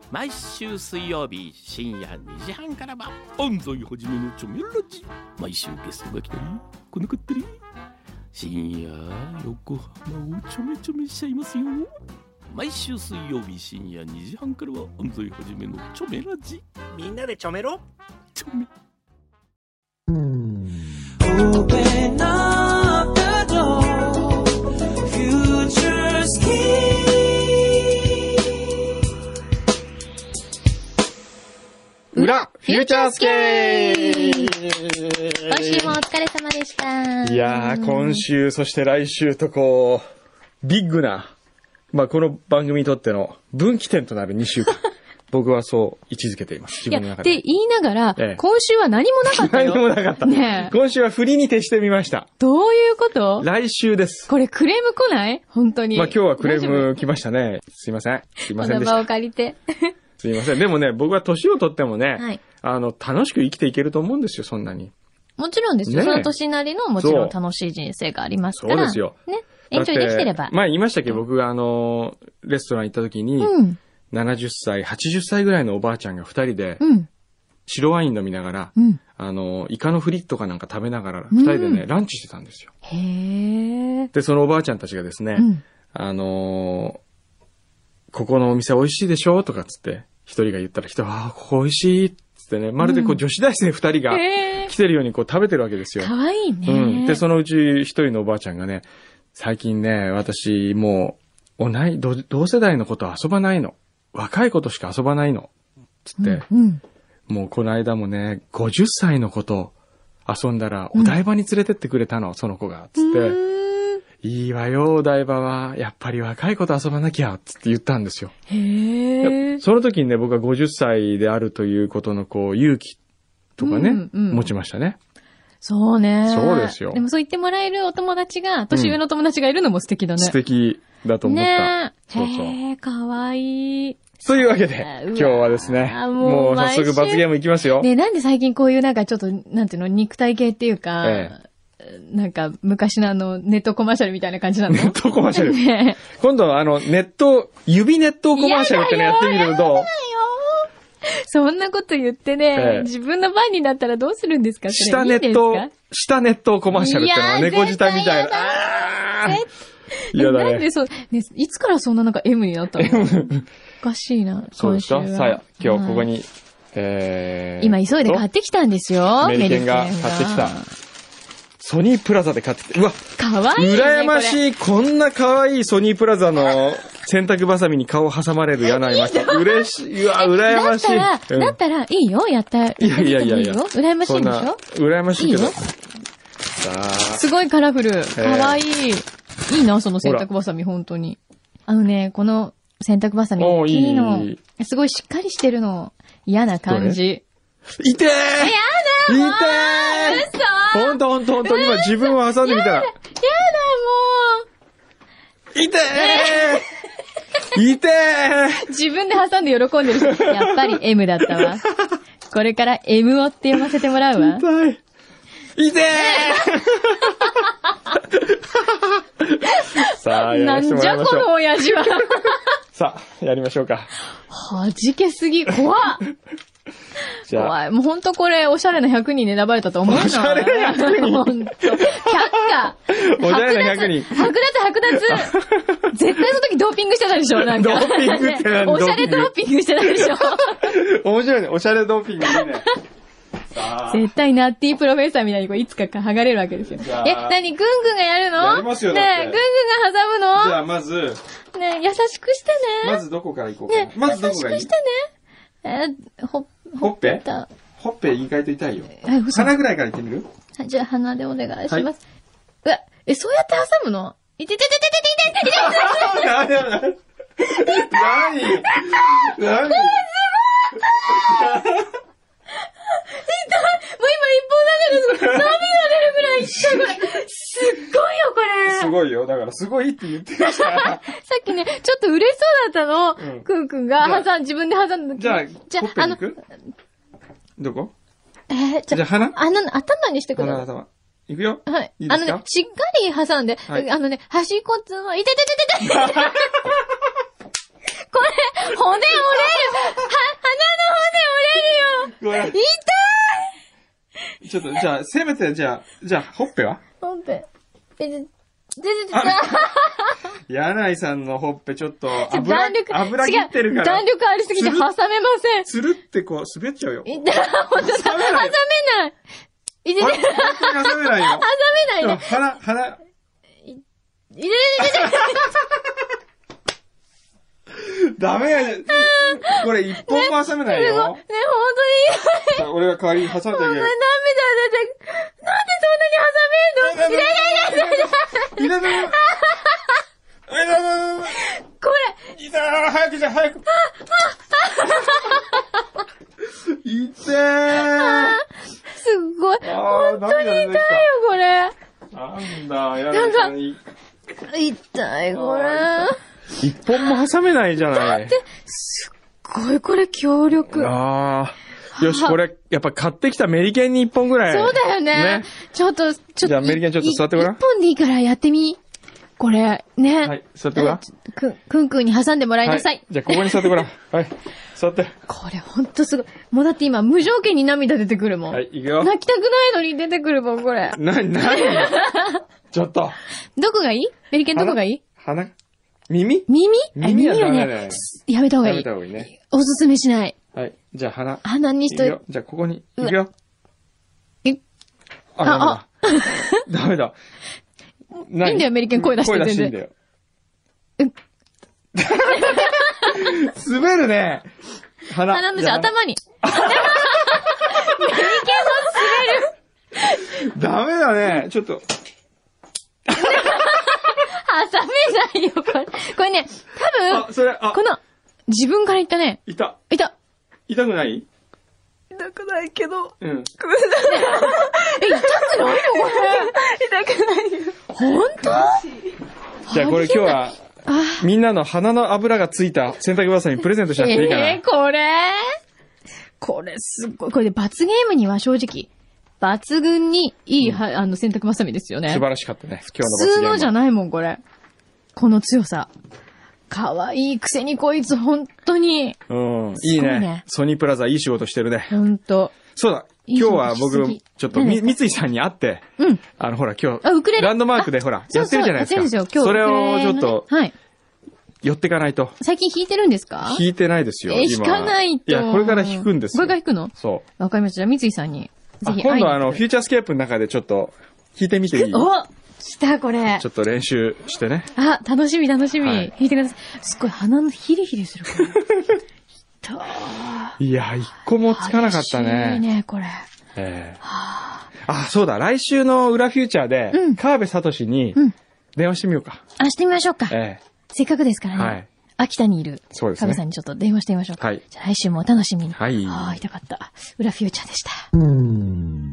毎週水曜日深夜2時半からは安西はじめのチョメラジ。毎週ゲストが来たり来なかったり、深夜横浜をちょめちょめしちゃいますよ。毎週水曜日深夜2時半からは安西はじめのチョメラジ。 みんなでちょめろ。 チョメ。 Open up the door, future's key. 裏フューチャースケープ。 今週もお疲れ様でした。 いやー、今週、そして来週とこう、ビッグな、まあこの番組にとっての分岐点となる2週間。僕はそう位置づけています。自分の中で。 って言いながら、 ええ、 今週は何もなかったよ。 何もなかった。 ねえ。 今週は振りに徹してみました。 どういうこと？ 来週です。 これクレーム来ない？本当に。 まあ今日はクレーム来ましたね。すいません。すいませんでした。 この場を借りて。 すいません。でもね、僕は年を取ってもね、 はい、 楽しく生きていけると思うんですよ、そんなに。 もちろんですよ。ね、その年なりのもちろん楽しい人生がありますから。 そうですよ。 ね。エンジョイできてれば。 前言いましたけど、僕がレストラン行った時に、うん、70歳、80歳ぐらいのおばあちゃんが2人で、うん、白ワイン飲みながら、うん、イカのフリットかなんか食べながら、2人でね、ランチしてたんですよ。 へー。 で、そのおばあちゃんたちがですね、うん、ここのお店美味しいでしょとかつって、一人が言ったらここ美味しいっつってね、まるでこう女子大生2人が来てるようにこう食べてるわけですよ。 かわいいね。 うん。で、そのうち一人のおばあちゃんがね、最近ね、私もう、同世代の子と遊ばないの。若い子としか遊ばないの。つって、うんうん、もうこの間もね、50歳の子と遊んだら、お台場に連れてってくれたの、その子が。つって、いいわよ、お台場は。やっぱり若い子と遊ばなきゃ。つって言ったんですよ。 へー。 その時にね、僕は50歳であるということのこう、勇気とかね、うんうん、持ちましたね。 そうね。 そうですよ。 でもそう言ってもらえるお友達が、年上の友達がいるのも素敵だね。 素敵だと思った。 ねえ。 そうそう。 へえ、かわいい。 というわけで、今日はですね、もう早速罰ゲームいきますよ。 ね、なんで最近こういうなんかちょっと、なんていうの、肉体系っていうか、なんか昔のネットコマーシャルみたいな感じなの？ ネットコマーシャル。 ね、 今度指ネットコマーシャルってのやってみるとどう？ そんなこと言ってね、自分の番になったらどうするんですか？ 下ネットコマーシャルってのは猫舌みたいな。嫌だね。 なんでね、いつからそんななんか M になったの？おかしいな。 そうですか？さあ、今日ここに、 今急いで買ってきたんですよ。 メリケンが買ってきた。ソニープラザで買ってきて、うわ、 かわいいね。 羨ましい。こんなかわいいソニープラザの洗濯バサミに顔挟まれる柳井真紀。嬉しい。うわ、羨ましい。 だったら、いいよ、やった。 いや。 羨ましいんでしょ？ 羨ましいけど。さあ。すごいカラフル。かわいい。いいな、その洗濯バサミ、本当に。この洗濯バサミ、いいの。すごいしっかりしてるの。嫌な感じ。 いてー！ やだ！ ほんと、今自分を挟んでみたら。やだ、もう。 いてー！いてー！ 自分で挟んで喜んでる人。やっぱり M だったわ。これから M をって読ませてもらうわ。 痛い。いてー！さあ、やらせてもらいましょう。 なんじゃこの親父は。 さあ、やりましょうか。 はじけすぎ、怖っ。じゃあ。怖い。もうほんとこれ、おしゃれな100人に選ばれたと思うな。おしゃれな100人ほんと。却下。 おしゃれな100人。 剥奪。絶対その時ドーピングしてたでしょ、なんか。 ドーピングって何？ おしゃれドーピングしてたでしょ。 面白いね。おしゃれドーピングいいね。 絶対ナッティプロフェッサーみたいにこういつか剥がれるわけですよ。何ぐんぐんがやるの？ やりますよ。 ねえ、ぐんぐんが挟むの？ じゃあまず。 ねえ、優しくしてね。 まずどこから行こうかな。まずどこがいい？ 優しくしてね。ほっぺ？ ほっぺ意外と痛いよ。鼻ぐらいから行ってみる？ じゃあ鼻でお願いします。うわ、そうやって挟むの？いてててててててててて。 何？ もう今一本涙出るぐらい痛いこれ。すっごいよこれ。 すごいよ。だからすごいって言ってました。 さっきね、ちょっと嬉しそうだったの。くんくんが自分で挟んだ時。 じゃあ、ほっぺに行く？どこ？じゃあ鼻？ 頭にしてください。 頭。いくよ。 はい。 いいですか？ しっかり挟んで、端っこいててててて。これ、骨折れる。 ごめん。 痛いちょっと、じゃあ、せめて、じゃあ、ほっぺはほっぺ。出て柳井さんのほっぺちょっと弾力、 油切ってるから。 弾力ありすぎて挟めません。 つるってこう、滑っちゃうよ。 本当だ。挟めない。いてて。 本当に挟めないよ。 挟めないね。 鼻。ダメやね。これ一本も挟めないよ。 ね、本当に。 俺が代わりに挟んであげる。 涙出て、なんでそんなに挟めんの？ 痛いこれ早くじゃ、早く痛ーすっごい。本当に痛いよ、これ。 なんだ、柳井さんに。 痛い、これ。 一本も挟めないじゃない。 すっごい、これ強力。 ああ。よし、これ、やっぱ買ってきたメリケンに一本ぐらい。 そうだよね。ちょっと。 じゃあメリケンちょっと座ってごらん。 一本でいいからやってみ。これ、ね。 はい、座ってごらん。 くんくんに挟んでもらいなさい。 じゃあここに座ってごらん。はい、座って。 これほんとすごい。もうだって今、無条件に涙出てくるもん。 はい、いくよ。 泣きたくないのに出てくるもん、これ。 なにちょっと。 どこがいい？メリケンどこがいい？ 鼻耳耳ははね、やめた方がいい。 やめた方がいいね。 おすすめしない。 はい。じゃあ鼻。 鼻にしといて。 じゃあここに。いくよ。 あ、 ダメだ。 いいんだよ、メリケン声出して声出していいんだよ。滑るね。 鼻のじゃ頭に。メリケンも滑る。 ダメだね。ちょっと。 挟めないよ、これ。これね、多分、この、自分から言ったね。 痛くない痛くないけど。 うん。 痛くないのこれ。痛くないよ。ほんと？ じゃあこれ今日は、みんなの鼻の油がついた洗濯バサミプレゼントしなくていいかな。 これすっごい。これで罰ゲームには正直、抜群にいい、洗濯バサミですよね。 素晴らしかったね。今日の罰ゲーム。普通のじゃないもん、これ。この強さ。かわいいくせにこいつ、本当に。 うん。いいね。ソニープラザいい仕事してるね。 ほんと。 そうだ。今日は僕、ちょっと、三井さんに会って、ほら、今日、ランドマークでほら、やってるじゃないですか。それをちょっと、寄ってかないと。 最近弾いてるんですか？ 弾いてないですよ。 弾かないと。 いや、これから弾くんですよ。 これから弾くの？ そう。 わかりました。じゃあ、三井さんに、ぜひ。 今度フューチャースケープの中でちょっと、弾いてみていい？ お！来た、これ。 ちょっと練習してね。 あ、楽しみ。弾いてください。すごい、鼻のヒリヒリする、これ。 いや、一個もつかなかったね。 いいね、これ。 あ、そうだ、来週の裏フューチャーで、川辺聡に、電話してみようか。 してみましょうか。せっかくですからね。はい。秋田にいる、川辺さんにちょっと電話してみましょうか。はい。じゃあ来週もお楽しみに。はい。痛かった。裏フューチャーでした。